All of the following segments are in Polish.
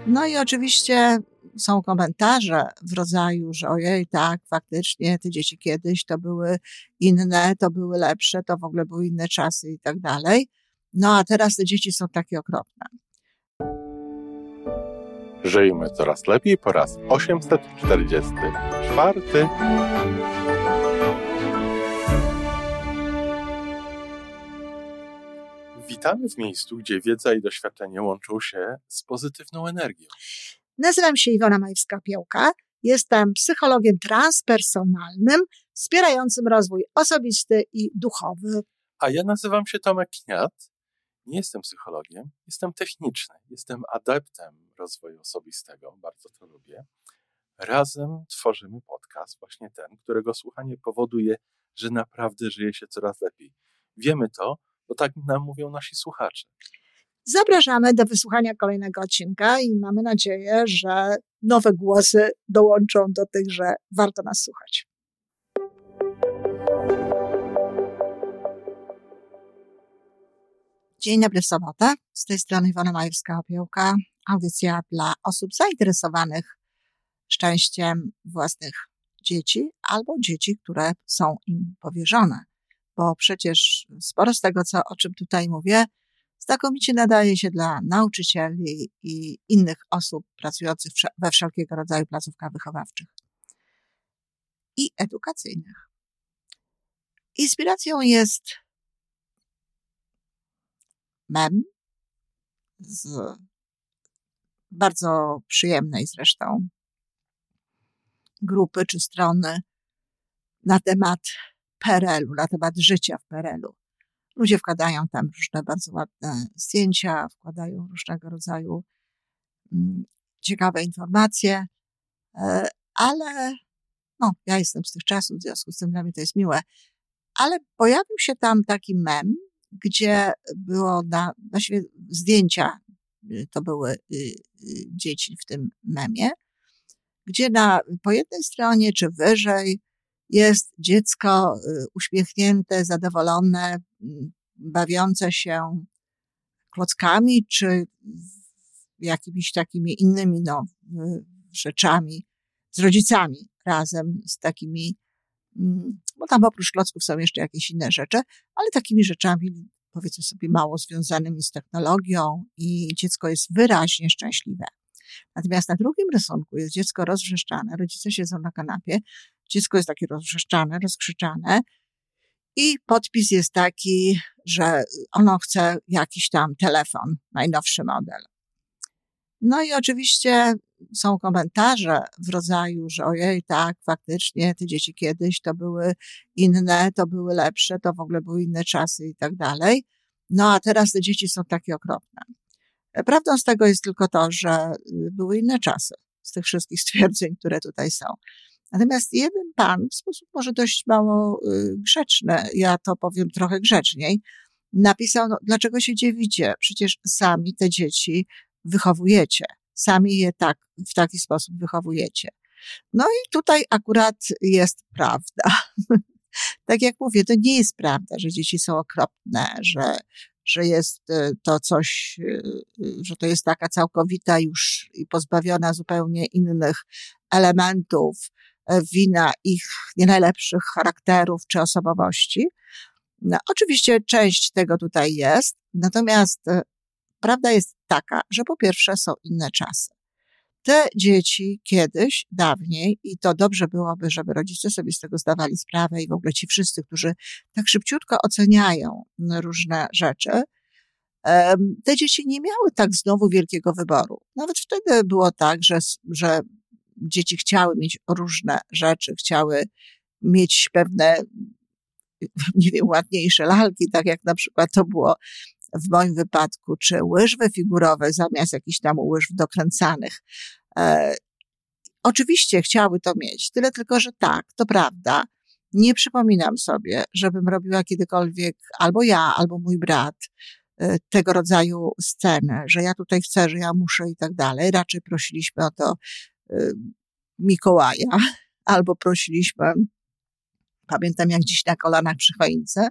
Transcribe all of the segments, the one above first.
No i oczywiście są komentarze w rodzaju, że ojej, tak, faktycznie te dzieci kiedyś to były inne, to były lepsze, to w ogóle były inne czasy i tak dalej. No a teraz te dzieci są takie okropne. Żyjmy coraz lepiej po raz 844. Witamy w miejscu, gdzie wiedza i doświadczenie łączą się z pozytywną energią. Nazywam się Iwona Majewska-Piołka. Jestem psychologiem transpersonalnym, wspierającym rozwój osobisty i duchowy. A ja nazywam się Tomek Kniat. Nie jestem psychologiem, jestem techniczny. Jestem adeptem rozwoju osobistego, bardzo to lubię. Razem tworzymy podcast, właśnie ten, którego słuchanie powoduje, że naprawdę żyje się coraz lepiej. Wiemy to, bo tak nam mówią nasi słuchacze. Zapraszamy do wysłuchania kolejnego odcinka i mamy nadzieję, że nowe głosy dołączą do tych, że warto nas słuchać. Dzień dobry w sobotę. Z tej strony Iwona Majewska-Piołka. Audycja dla osób zainteresowanych szczęściem własnych dzieci albo dzieci, które są im powierzone. Bo przecież sporo z tego, o czym tutaj mówię, znakomicie nadaje się dla nauczycieli i innych osób pracujących we wszelkiego rodzaju placówkach wychowawczych i edukacyjnych. Inspiracją jest mem z bardzo przyjemnej zresztą grupy czy strony na temat PRL-u, na temat życia w PRL-u. Ludzie wkładają tam różne bardzo ładne zdjęcia, wkładają różnego rodzaju ciekawe informacje, ale ja jestem z tych czasów, w związku z tym dla mnie to jest miłe, ale pojawił się tam taki mem, gdzie było właściwie zdjęcia, to były dzieci w tym memie, gdzie po jednej stronie czy wyżej jest dziecko uśmiechnięte, zadowolone, bawiące się klockami czy jakimiś takimi innymi rzeczami z rodzicami razem z takimi, bo tam oprócz klocków są jeszcze jakieś inne rzeczy, ale takimi rzeczami powiedzmy sobie mało związanymi z technologią i dziecko jest wyraźnie szczęśliwe. Natomiast na drugim rysunku jest dziecko rozwrzeszczane, rodzice siedzą na kanapie, dziecko jest takie rozwrzeszczane, rozkrzyczane i podpis jest taki, że ono chce jakiś tam telefon, najnowszy model. No i oczywiście są komentarze w rodzaju, że ojej, tak, faktycznie te dzieci kiedyś to były inne, to były lepsze, to w ogóle były inne czasy i tak dalej. No a teraz te dzieci są takie okropne. Prawdą z tego jest tylko to, że były inne czasy z tych wszystkich stwierdzeń, które tutaj są. Natomiast jeden pan w sposób może dość mało grzeczny, ja to powiem trochę grzeczniej, napisał, dlaczego się dziwicie? Przecież sami te dzieci wychowujecie. Sami je w taki sposób wychowujecie. No i tutaj akurat jest prawda. Tak jak mówię, to nie jest prawda, że dzieci są okropne, że jest to coś, że to jest taka całkowita już i pozbawiona zupełnie innych elementów wina ich nie najlepszych charakterów czy osobowości. No, oczywiście część tego tutaj jest, natomiast prawda jest taka, że po pierwsze są inne czasy. Te dzieci kiedyś, dawniej, i to dobrze byłoby, żeby rodzice sobie z tego zdawali sprawę i w ogóle ci wszyscy, którzy tak szybciutko oceniają różne rzeczy, te dzieci nie miały tak znowu wielkiego wyboru. Nawet wtedy było tak, że dzieci chciały mieć różne rzeczy, chciały mieć pewne, nie wiem, ładniejsze lalki, tak jak na przykład to było w moim wypadku, czy łyżwy figurowe zamiast jakichś tam łyżw dokręcanych. Oczywiście chciały to mieć, tyle tylko, że tak, to prawda. Nie przypominam sobie, żebym robiła kiedykolwiek albo ja, albo mój brat tego rodzaju sceny, że ja tutaj chcę, że ja muszę i tak dalej. Raczej prosiliśmy o to Mikołaja, albo prosiliśmy, pamiętam jak dziś na kolanach przy choince,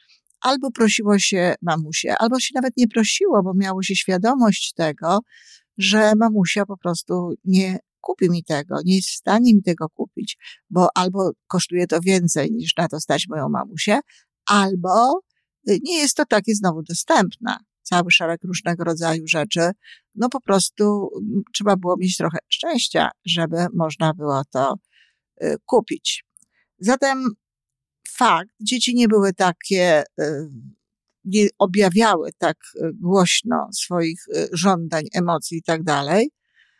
albo prosiło się mamusię, albo się nawet nie prosiło, bo miało się świadomość tego, że mamusia po prostu nie kupi mi tego, nie jest w stanie mi tego kupić, bo albo kosztuje to więcej niż na to stać moją mamusię, albo nie jest to takie znowu dostępne. Cały szereg różnego rodzaju rzeczy. No po prostu trzeba było mieć trochę szczęścia, żeby można było to kupić. Zatem fakt, dzieci nie były takie, nie objawiały tak głośno swoich żądań, emocji i tak dalej.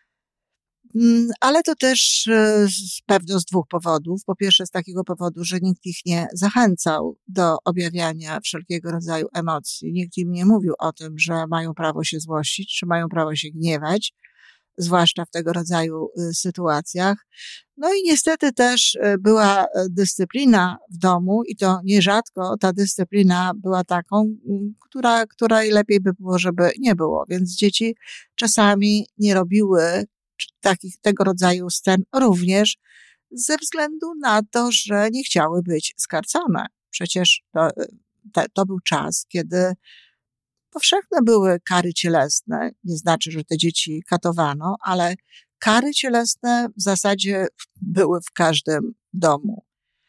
Ale to też pewno z dwóch powodów. Po pierwsze z takiego powodu, że nikt ich nie zachęcał do objawiania wszelkiego rodzaju emocji. Nikt im nie mówił o tym, że mają prawo się złościć, czy mają prawo się gniewać, zwłaszcza w tego rodzaju sytuacjach. No i niestety też była dyscyplina w domu i to nierzadko ta dyscyplina była taką, której lepiej by było, żeby nie było. Więc dzieci czasami nie robiły tego rodzaju scen również ze względu na to, że nie chciały być skarcone. Przecież to był czas, kiedy powszechne były kary cielesne. Nie znaczy, że te dzieci katowano, ale kary cielesne w zasadzie były w każdym domu.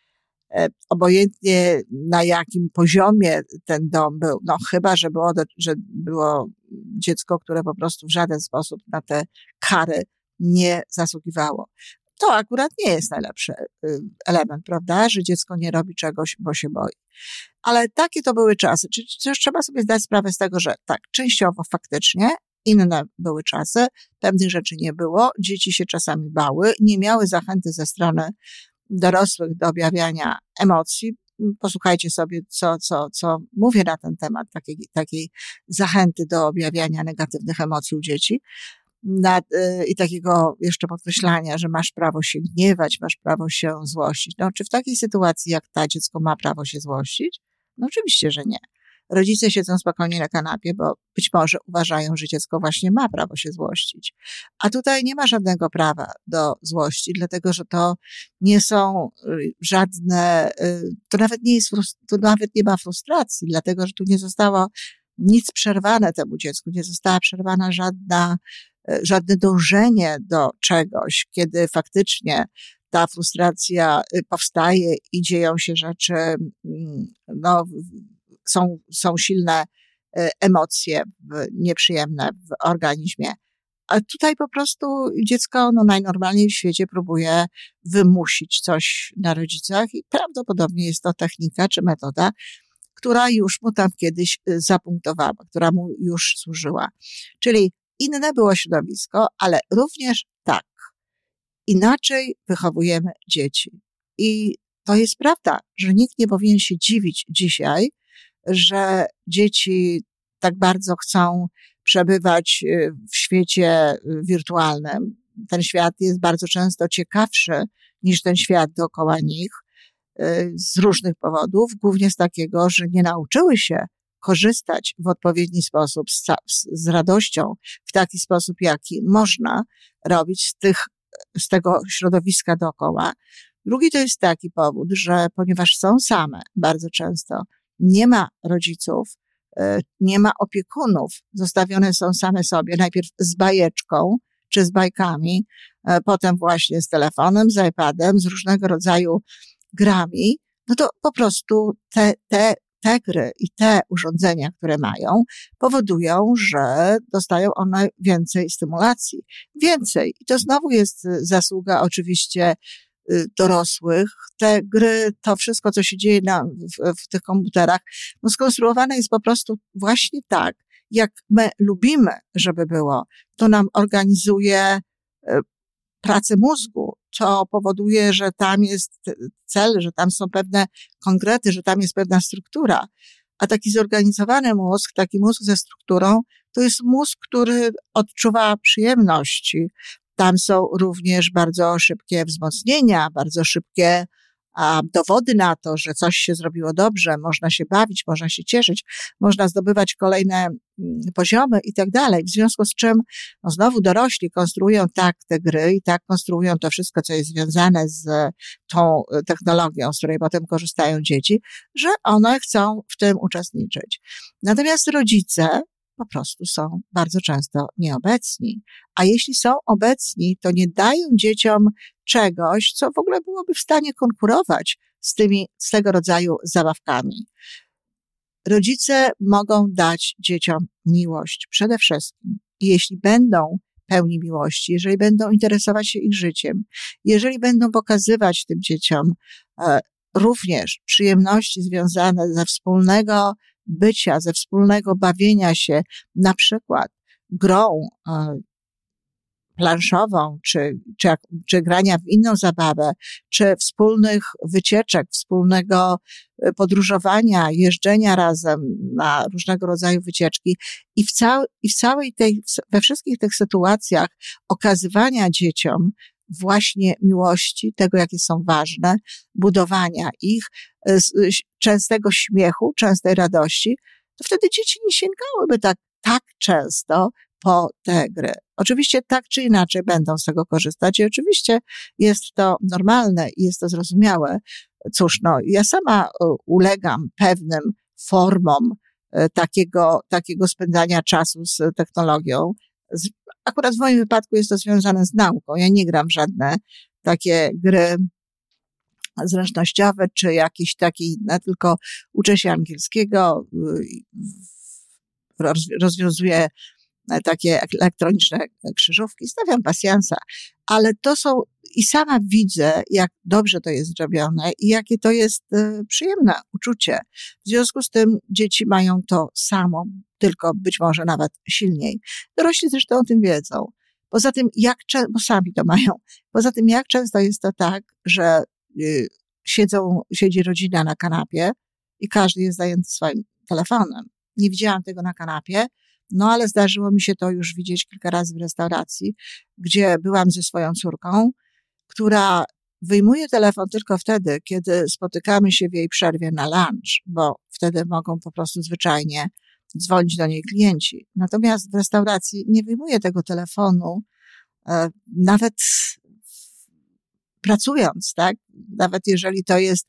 Obojętnie na jakim poziomie ten dom był, no chyba, że było dziecko, które po prostu w żaden sposób na te kary nie zasługiwało. To akurat nie jest najlepszy element, prawda, że dziecko nie robi czegoś, bo się boi. Ale takie to były czasy. Czyli trzeba sobie zdać sprawę z tego, że tak, częściowo faktycznie inne były czasy, pewnych rzeczy nie było, dzieci się czasami bały, nie miały zachęty ze strony dorosłych do objawiania emocji. Posłuchajcie sobie, co mówię na ten temat, takiej zachęty do objawiania negatywnych emocji u dzieci. I takiego jeszcze podkreślania, że masz prawo się gniewać, masz prawo się złościć. No, czy w takiej sytuacji jak ta dziecko ma prawo się złościć? No oczywiście, że nie. Rodzice siedzą spokojnie na kanapie, bo być może uważają, że dziecko właśnie ma prawo się złościć. A tutaj nie ma żadnego prawa do złości, dlatego że to nie są żadne, to nawet nie ma frustracji, dlatego że tu nie zostało nic przerwane temu dziecku, nie została przerwana żadne dążenie do czegoś, kiedy faktycznie ta frustracja powstaje i dzieją się rzeczy, no, są silne emocje nieprzyjemne w organizmie. A tutaj po prostu dziecko najnormalniej w świecie próbuje wymusić coś na rodzicach i prawdopodobnie jest to technika czy metoda, która już mu tam kiedyś zapunktowała, która mu już służyła. Czyli inne było środowisko, ale również tak, inaczej wychowujemy dzieci. I to jest prawda, że nikt nie powinien się dziwić dzisiaj, że dzieci tak bardzo chcą przebywać w świecie wirtualnym. Ten świat jest bardzo często ciekawszy niż ten świat dookoła nich z różnych powodów, głównie z takiego, że nie nauczyły się korzystać w odpowiedni sposób z radością, w taki sposób, jaki można robić z tego środowiska dookoła. Drugi to jest taki powód, że ponieważ są same bardzo często, nie ma rodziców, nie ma opiekunów, zostawione są same sobie, najpierw z bajeczką czy z bajkami, potem właśnie z telefonem, z iPadem, z różnego rodzaju grami, no to po prostu te gry i te urządzenia, które mają, powodują, że dostają one więcej stymulacji. Więcej. I to znowu jest zasługa oczywiście dorosłych. Te gry, to wszystko, co się dzieje w tych komputerach, no skonstruowane jest po prostu właśnie tak, jak my lubimy, żeby było. To nam organizuje pracę mózgu, co powoduje, że tam jest cel, że tam są pewne konkrety, że tam jest pewna struktura. A taki zorganizowany mózg, taki mózg ze strukturą, to jest mózg, który odczuwa przyjemności. Tam są również bardzo szybkie wzmocnienia, bardzo szybkie dowody na to, że coś się zrobiło dobrze, można się bawić, można się cieszyć, można zdobywać kolejne poziomy i tak dalej. W związku z czym, no znowu dorośli konstruują tak te gry i tak konstruują to wszystko, co jest związane z tą technologią, z której potem korzystają dzieci, że one chcą w tym uczestniczyć. Natomiast rodzice po prostu są bardzo często nieobecni. A jeśli są obecni, to nie dają dzieciom czegoś, co w ogóle byłoby w stanie konkurować z tego rodzaju zabawkami. Rodzice mogą dać dzieciom miłość przede wszystkim. I jeśli będą pełni miłości, jeżeli będą interesować się ich życiem, jeżeli będą pokazywać tym dzieciom również przyjemności związane ze wspólnego bycia, ze wspólnego bawienia się, na przykład grą planszową, czy grania w inną zabawę, czy wspólnych wycieczek, wspólnego podróżowania, jeżdżenia razem na różnego rodzaju wycieczki i we wszystkich tych sytuacjach okazywania dzieciom właśnie miłości, tego, jakie są ważne, budowania ich, częstego śmiechu, częstej radości, to wtedy dzieci nie sięgałyby tak często po te gry. Oczywiście tak czy inaczej będą z tego korzystać i oczywiście jest to normalne i jest to zrozumiałe. Cóż, ja sama ulegam pewnym formom takiego spędzania czasu z technologią. Akurat w moim wypadku jest to związane z nauką. Ja nie gram w żadne takie gry zręcznościowe czy jakieś takie inne, tylko uczę się angielskiego, rozwiązuję takie elektroniczne krzyżówki, stawiam pasjansa, ale to są, i sama widzę, jak dobrze to jest zrobione i jakie to jest przyjemne uczucie. W związku z tym dzieci mają to samo, tylko być może nawet silniej. Dorośli zresztą o tym wiedzą. Poza tym, bo sami to mają. Poza tym, jak często jest to tak, że siedzi rodzina na kanapie i każdy jest zajęty swoim telefonem. Nie widziałam tego na kanapie, ale zdarzyło mi się to już widzieć kilka razy w restauracji, gdzie byłam ze swoją córką, która wyjmuje telefon tylko wtedy, kiedy spotykamy się w jej przerwie na lunch, bo wtedy mogą po prostu zwyczajnie dzwonić do niej klienci. Natomiast w restauracji nie wyjmuje tego telefonu, nawet pracując, tak? Nawet jeżeli to jest,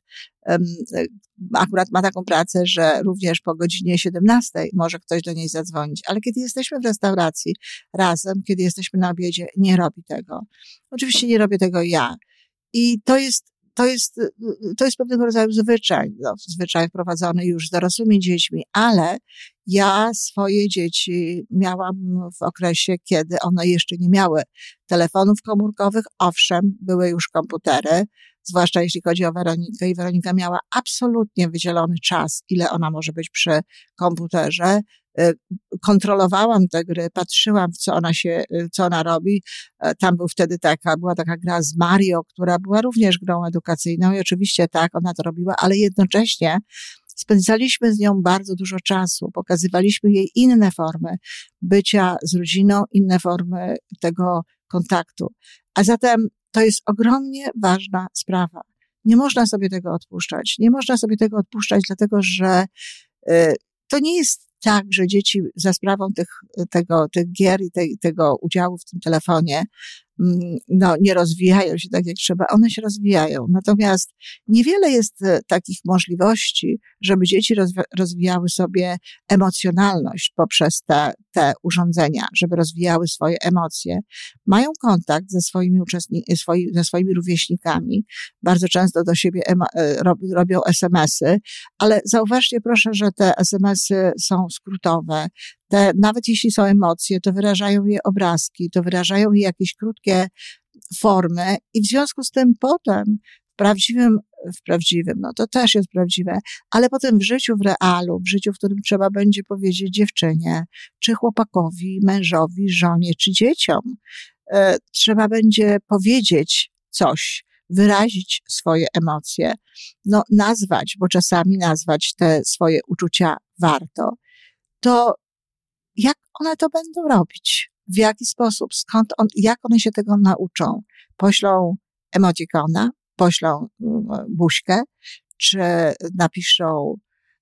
akurat ma taką pracę, że również po godzinie 17 może ktoś do niej zadzwonić, ale kiedy jesteśmy w restauracji razem, kiedy jesteśmy na obiedzie, nie robi tego. Oczywiście nie robię tego ja. I to jest pewnego rodzaju zwyczaj wprowadzony już z dorosłymi dziećmi, ale ja swoje dzieci miałam w okresie, kiedy one jeszcze nie miały telefonów komórkowych. Owszem, były już komputery, zwłaszcza jeśli chodzi o Weronikę, i Weronika miała absolutnie wydzielony czas, ile ona może być przy komputerze. Kontrolowałam te gry, patrzyłam, co ona robi. Tam była taka gra z Mario, która była również grą edukacyjną i oczywiście tak, ona to robiła, ale jednocześnie spędzaliśmy z nią bardzo dużo czasu, pokazywaliśmy jej inne formy bycia z rodziną, inne formy tego kontaktu. A zatem to jest ogromnie ważna sprawa. Nie można sobie tego odpuszczać. Nie można sobie tego odpuszczać, dlatego że to nie jest tak, że dzieci za sprawą tych gier i tego udziału w tym telefonie nie rozwijają się tak jak trzeba. One się rozwijają. Natomiast niewiele jest takich możliwości, żeby dzieci rozwijały sobie emocjonalność poprzez te urządzenia, żeby rozwijały swoje emocje. Mają kontakt ze swoimi rówieśnikami. Bardzo często do siebie robią SMS-y, ale zauważcie proszę, że te SMS-y są skrótowe. Nawet jeśli są emocje, to wyrażają je obrazki, to wyrażają je jakieś krótkie formy i w związku z tym potem w prawdziwym, to też jest prawdziwe, ale potem w życiu, w realu, w życiu, w którym trzeba będzie powiedzieć dziewczynie, czy chłopakowi, mężowi, żonie, czy dzieciom, trzeba będzie powiedzieć coś, wyrazić swoje emocje, nazwać, bo czasami nazwać te swoje uczucia warto, to jak one to będą robić? W jaki sposób? Jak one się tego nauczą? Poślą emotikona? Poślą buźkę? Czy napiszą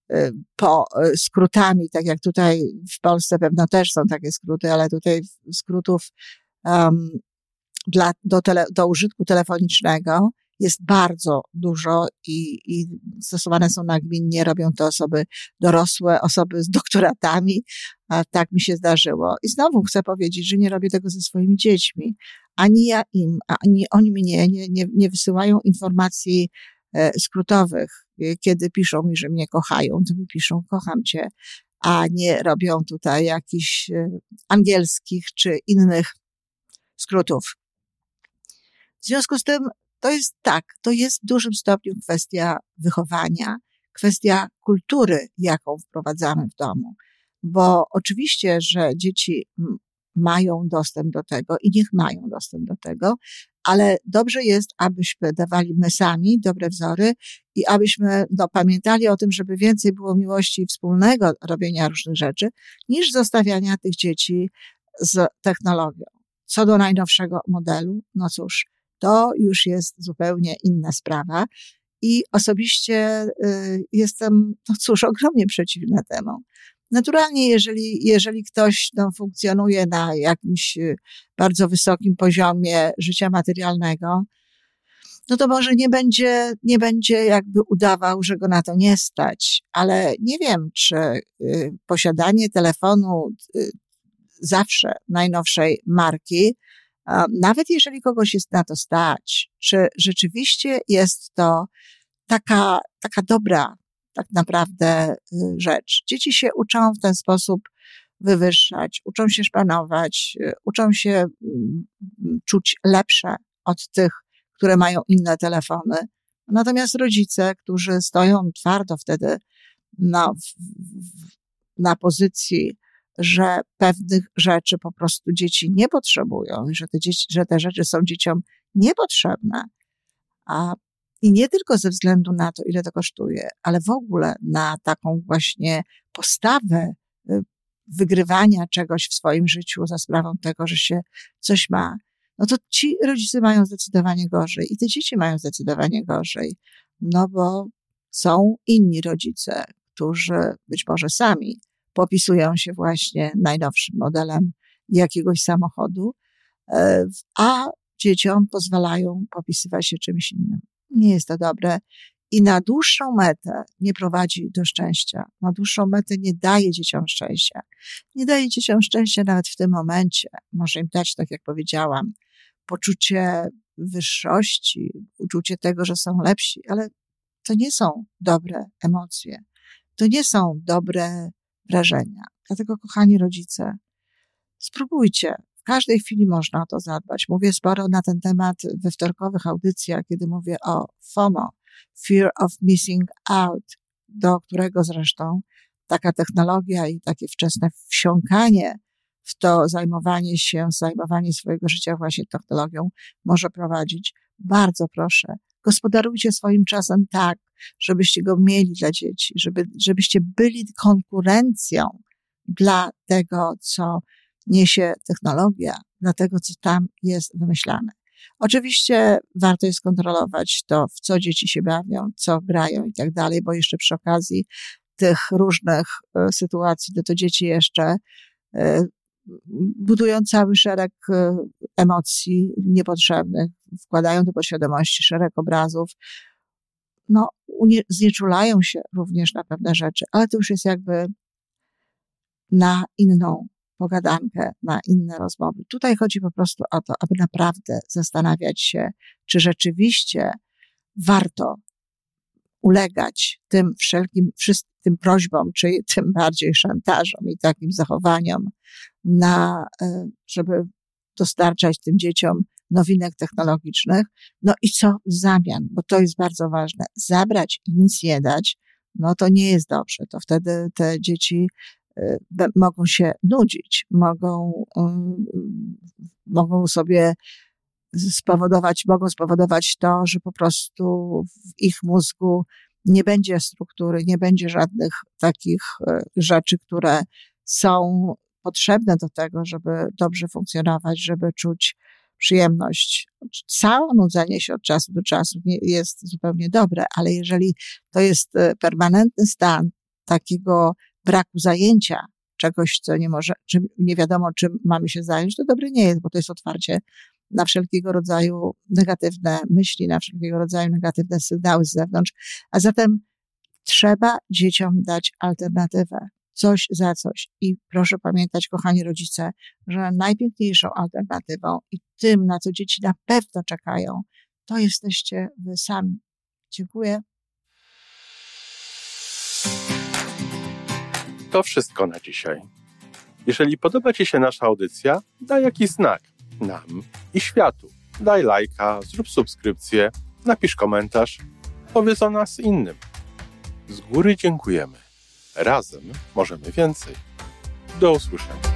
skrótami, tak jak tutaj w Polsce pewno też są takie skróty, ale tutaj skrótów do użytku telefonicznego jest bardzo dużo i stosowane są nagminnie, robią to osoby dorosłe, osoby z doktoratami, a tak mi się zdarzyło. I znowu chcę powiedzieć, że nie robię tego ze swoimi dziećmi. Ani ja im, ani oni mnie nie wysyłają informacji skrótowych. Kiedy piszą mi, że mnie kochają, to mi piszą kocham cię, a nie robią tutaj jakichś angielskich czy innych skrótów. W związku z tym to jest w dużym stopniu kwestia wychowania, kwestia kultury, jaką wprowadzamy w domu. Bo oczywiście, że dzieci mają dostęp do tego i niech mają dostęp do tego, ale dobrze jest, abyśmy dawali my sami dobre wzory i abyśmy pamiętali o tym, żeby więcej było miłości i wspólnego robienia różnych rzeczy, niż zostawiania tych dzieci z technologią. Co do najnowszego modelu, no cóż, to już jest zupełnie inna sprawa i osobiście jestem, no cóż, ogromnie przeciwna temu. Naturalnie, jeżeli ktoś funkcjonuje na jakimś bardzo wysokim poziomie życia materialnego, no to może nie będzie jakby udawał, że go na to nie stać, ale nie wiem, czy posiadanie telefonu zawsze najnowszej marki, nawet jeżeli kogoś jest na to stać, czy rzeczywiście jest to taka dobra tak naprawdę rzecz. Dzieci się uczą w ten sposób wywyższać, uczą się szpanować, uczą się czuć lepsze od tych, które mają inne telefony. Natomiast rodzice, którzy stoją twardo wtedy na pozycji, że pewnych rzeczy po prostu dzieci nie potrzebują i że te rzeczy są dzieciom niepotrzebne, i nie tylko ze względu na to, ile to kosztuje, ale w ogóle na taką właśnie postawę wygrywania czegoś w swoim życiu za sprawą tego, że się coś ma, no to ci rodzice mają zdecydowanie gorzej i te dzieci mają zdecydowanie gorzej, no bo są inni rodzice, którzy być może sami popisują się właśnie najnowszym modelem jakiegoś samochodu, a dzieciom pozwalają popisywać się czymś innym. Nie jest to dobre i na dłuższą metę nie prowadzi do szczęścia. Na dłuższą metę nie daje dzieciom szczęścia. Nie daje dzieciom szczęścia nawet w tym momencie. Może im dać, tak jak powiedziałam, poczucie wyższości, uczucie tego, że są lepsi, ale to nie są dobre emocje. To nie są dobre wrażenia. Dlatego, kochani rodzice, spróbujcie. W każdej chwili można o to zadbać. Mówię sporo na ten temat we wtorkowych audycjach, kiedy mówię o FOMO, Fear of Missing Out, do którego zresztą taka technologia i takie wczesne wsiąkanie w to zajmowanie swojego życia właśnie technologią może prowadzić. Bardzo proszę, gospodarujcie swoim czasem tak, żebyście go mieli dla dzieci, żebyście byli konkurencją dla tego, co niesie technologia, dla tego, co tam jest wymyślane. Oczywiście warto jest kontrolować to, w co dzieci się bawią, co grają i tak dalej, bo jeszcze przy okazji tych różnych sytuacji, to dzieci jeszcze budują cały szereg emocji niepotrzebnych, wkładają do podświadomości szereg obrazów, znieczulają się również na pewne rzeczy, ale to już jest jakby na inną pogadankę, na inne rozmowy. Tutaj chodzi po prostu o to, aby naprawdę zastanawiać się, czy rzeczywiście warto ulegać tym tym prośbom, czy tym bardziej szantażom i takim zachowaniom, żeby dostarczać tym dzieciom nowinek technologicznych. No i co w zamian? Bo to jest bardzo ważne. Zabrać i nic nie dać, no to nie jest dobrze. To wtedy te dzieci mogą się nudzić, mogą spowodować to, że po prostu w ich mózgu nie będzie struktury, nie będzie żadnych takich rzeczy, które są potrzebne do tego, żeby dobrze funkcjonować, żeby czuć przyjemność. Całe nudzenie się od czasu do czasu jest zupełnie dobre, ale jeżeli to jest permanentny stan takiego braku zajęcia czegoś, co nie wiadomo, czym mamy się zająć, to dobre nie jest, bo to jest otwarcie na wszelkiego rodzaju negatywne myśli, na wszelkiego rodzaju negatywne sygnały z zewnątrz. A zatem trzeba dzieciom dać alternatywę. Coś za coś. I proszę pamiętać, kochani rodzice, że najpiękniejszą alternatywą i tym, na co dzieci na pewno czekają, to jesteście wy sami. Dziękuję. To wszystko na dzisiaj. Jeżeli podoba Ci się nasza audycja, daj jakiś znak nam i światu. Daj lajka, zrób subskrypcję, napisz komentarz, powiedz o nas innym. Z góry dziękujemy. Razem możemy więcej. Do usłyszenia.